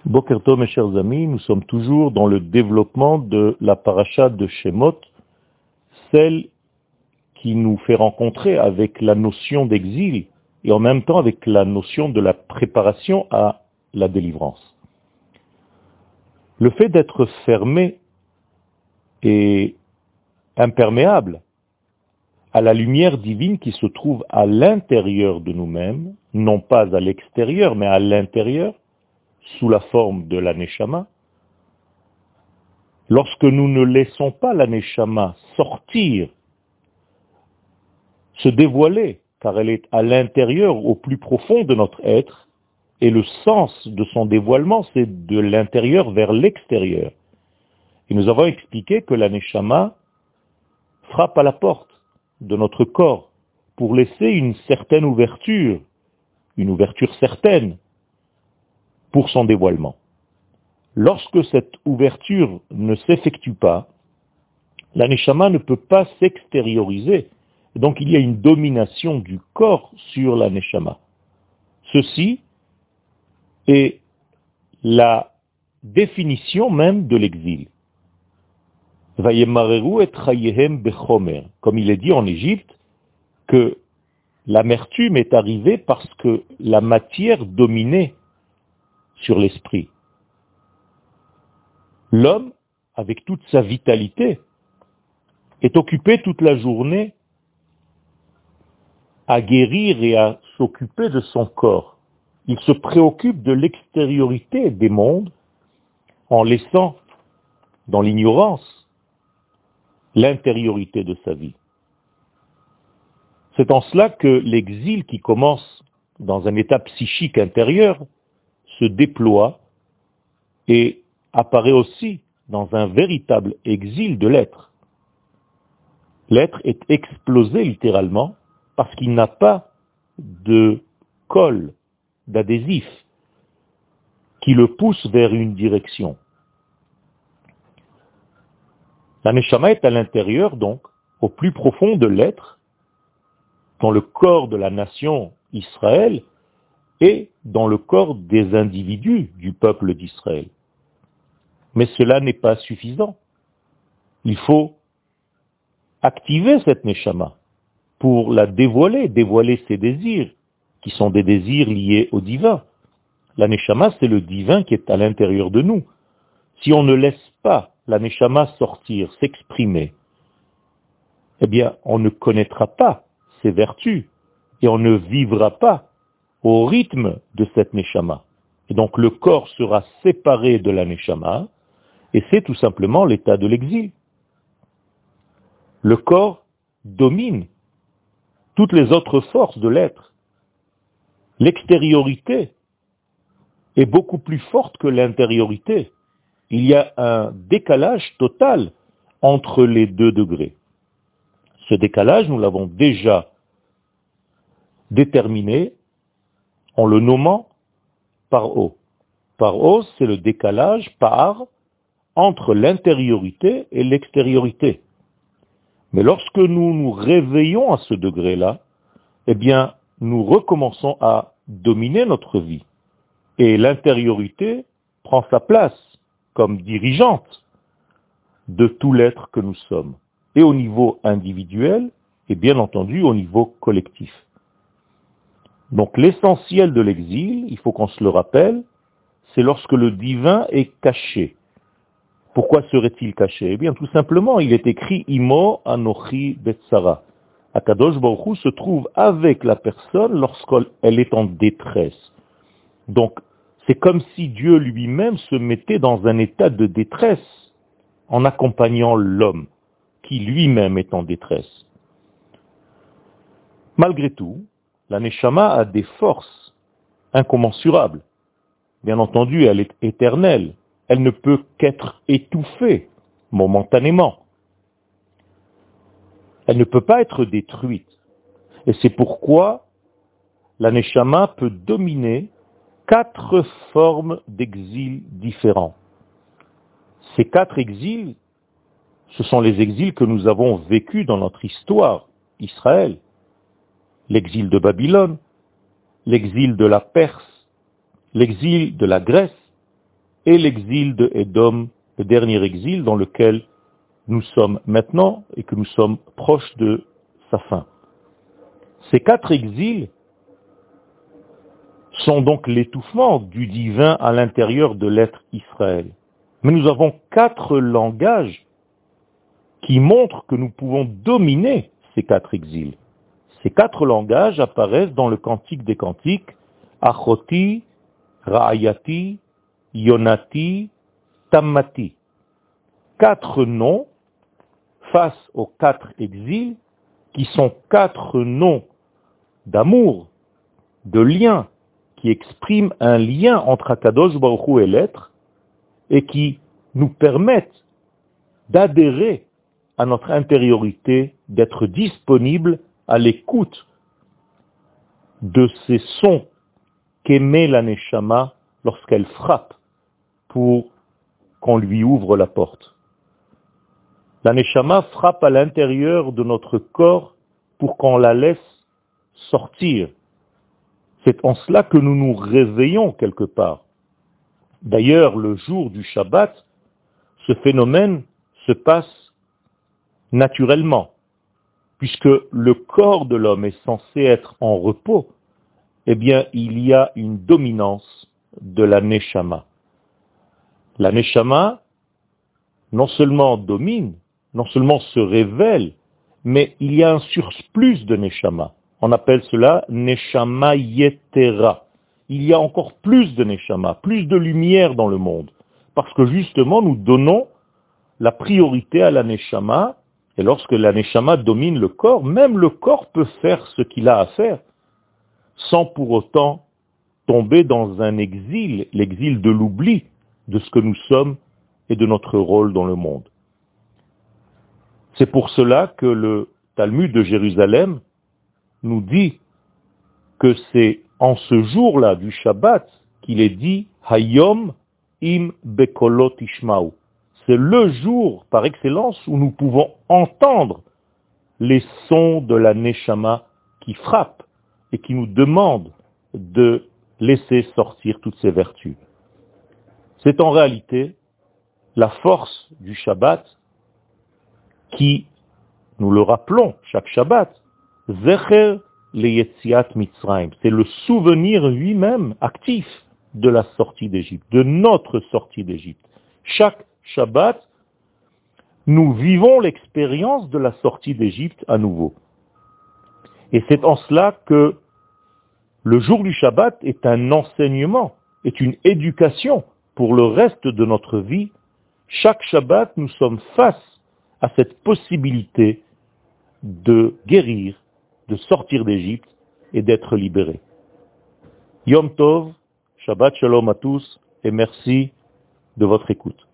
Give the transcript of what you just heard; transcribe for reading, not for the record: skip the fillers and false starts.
Boker Tov, mes chers amis, nous sommes toujours dans le développement de la paracha de Shemot, celle qui nous fait rencontrer avec la notion d'exil et en même temps avec la notion de la préparation à la délivrance. Le fait d'être fermé et imperméable à la lumière divine qui se trouve à l'intérieur de nous-mêmes, non pas à l'extérieur, mais à l'intérieur, sous la forme de la Neshama, lorsque nous ne laissons pas la Neshama sortir, se dévoiler, car elle est à l'intérieur, au plus profond de notre être, et le sens de son dévoilement, c'est de l'intérieur vers l'extérieur. Et nous avons expliqué que la Neshama frappe à la porte de notre corps pour laisser une certaine ouverture, une ouverture certaine, pour son dévoilement. Lorsque cette ouverture ne s'effectue pas, la Neshama ne peut pas s'extérioriser. Donc il y a une domination du corps sur la Neshama. Ceci est la définition même de l'exil. Vayemareru et chayehem bechomer. Comme il est dit en Égypte, que l'amertume est arrivée parce que la matière dominait sur l'esprit. L'homme, avec toute sa vitalité, est occupé toute la journée à guérir et à s'occuper de son corps. Il se préoccupe de l'extériorité des mondes en laissant dans l'ignorance l'intériorité de sa vie. C'est en cela que l'exil qui commence dans un état psychique intérieur se déploie et apparaît aussi dans un véritable exil de l'être. L'être est explosé littéralement parce qu'il n'a pas de colle, d'adhésif, qui le pousse vers une direction. La Neshama est à l'intérieur, donc, au plus profond de l'être, dans le corps de la nation Israël et dans le corps des individus du peuple d'Israël. Mais cela n'est pas suffisant. Il faut activer cette Neshama pour la dévoiler ses désirs, qui sont des désirs liés au divin. La Neshama, c'est le divin qui est à l'intérieur de nous. Si on ne laisse pas la Neshama sortir, s'exprimer, eh bien, on ne connaîtra pas ses vertus et on ne vivra pas au rythme de cette Neshama. Et donc le corps sera séparé de la Neshama et c'est tout simplement l'état de l'exil. Le corps domine toutes les autres forces de l'être. L'extériorité est beaucoup plus forte que l'intériorité. Il y a un décalage total entre les deux degrés. Ce décalage, nous l'avons déjà déterminé en le nommant paro. Paro, c'est le décalage entre l'intériorité et l'extériorité. Mais lorsque nous nous réveillons à ce degré-là, eh bien, nous recommençons à dominer notre vie. Et l'intériorité prend sa place comme dirigeante de tout l'être que nous sommes, et au niveau individuel, et bien entendu au niveau collectif. Donc l'essentiel de l'exil, il faut qu'on se le rappelle, c'est lorsque le divin est caché. Pourquoi serait-il caché? Eh bien tout simplement, il est écrit « Imo anochi betsara ». Akadosh Baruch Hu se trouve avec la personne lorsqu'elle est en détresse. Donc, c'est comme si Dieu lui-même se mettait dans un état de détresse en accompagnant l'homme qui lui-même est en détresse. Malgré tout, la Neshama a des forces incommensurables. Bien entendu, elle est éternelle. Elle ne peut qu'être étouffée momentanément. Elle ne peut pas être détruite. Et c'est pourquoi la Neshama peut dominer 4 formes d'exil différents. Ces 4 exils, ce sont les exils que nous avons vécus dans notre histoire, Israël. L'exil de Babylone, l'exil de la Perse, l'exil de la Grèce et l'exil de Édom, le dernier exil dans lequel nous sommes maintenant et que nous sommes proches de sa fin. Ces 4 exils sont donc l'étouffement du divin à l'intérieur de l'être Israël. Mais nous avons 4 langages qui montrent que nous pouvons dominer ces 4 exils. Ces 4 langages apparaissent dans le Cantique des Cantiques, Achoti, Ra'ayati, Yonati, Tammati. 4 noms face aux 4 exils qui sont 4 noms d'amour, de lien, qui expriment un lien entre Akadosh Baruch Hu et l'être et qui nous permettent d'adhérer à notre intériorité, d'être disponible à l'écoute de ces sons qu'émet la Neshama lorsqu'elle frappe pour qu'on lui ouvre la porte. La Neshama frappe à l'intérieur de notre corps pour qu'on la laisse sortir. C'est en cela que nous nous réveillons quelque part. D'ailleurs, le jour du Shabbat, ce phénomène se passe naturellement, puisque le corps de l'homme est censé être en repos, eh bien, il y a une dominance de la Neshama. La Neshama, non seulement domine, non seulement se révèle, mais il y a un surplus de Neshama. On appelle cela Neshama Yetera. Il y a encore plus de Neshama, plus de lumière dans le monde, parce que justement, nous donnons la priorité à la Neshama, et lorsque la Neshama domine le corps, même le corps peut faire ce qu'il a à faire, sans pour autant tomber dans un exil, l'exil de l'oubli de ce que nous sommes et de notre rôle dans le monde. C'est pour cela que le Talmud de Jérusalem nous dit que c'est en ce jour-là du Shabbat qu'il est dit Hayom im bekolot ishmaou. C'est le jour par excellence où nous pouvons entendre les sons de la Neshama qui frappent et qui nous demandent de laisser sortir toutes ces vertus. C'est en réalité la force du Shabbat qui, nous le rappelons chaque Shabbat, Zecher leYetziat Mitzrayim. C'est le souvenir lui-même actif de la sortie d'Égypte, de notre sortie d'Égypte. Chaque Shabbat, nous vivons l'expérience de la sortie d'Égypte à nouveau. Et c'est en cela que le jour du Shabbat est un enseignement, est une éducation pour le reste de notre vie. Chaque Shabbat, nous sommes face à cette possibilité de guérir, de sortir d'Égypte et d'être libérés. Yom Tov, Shabbat Shalom à tous et merci de votre écoute.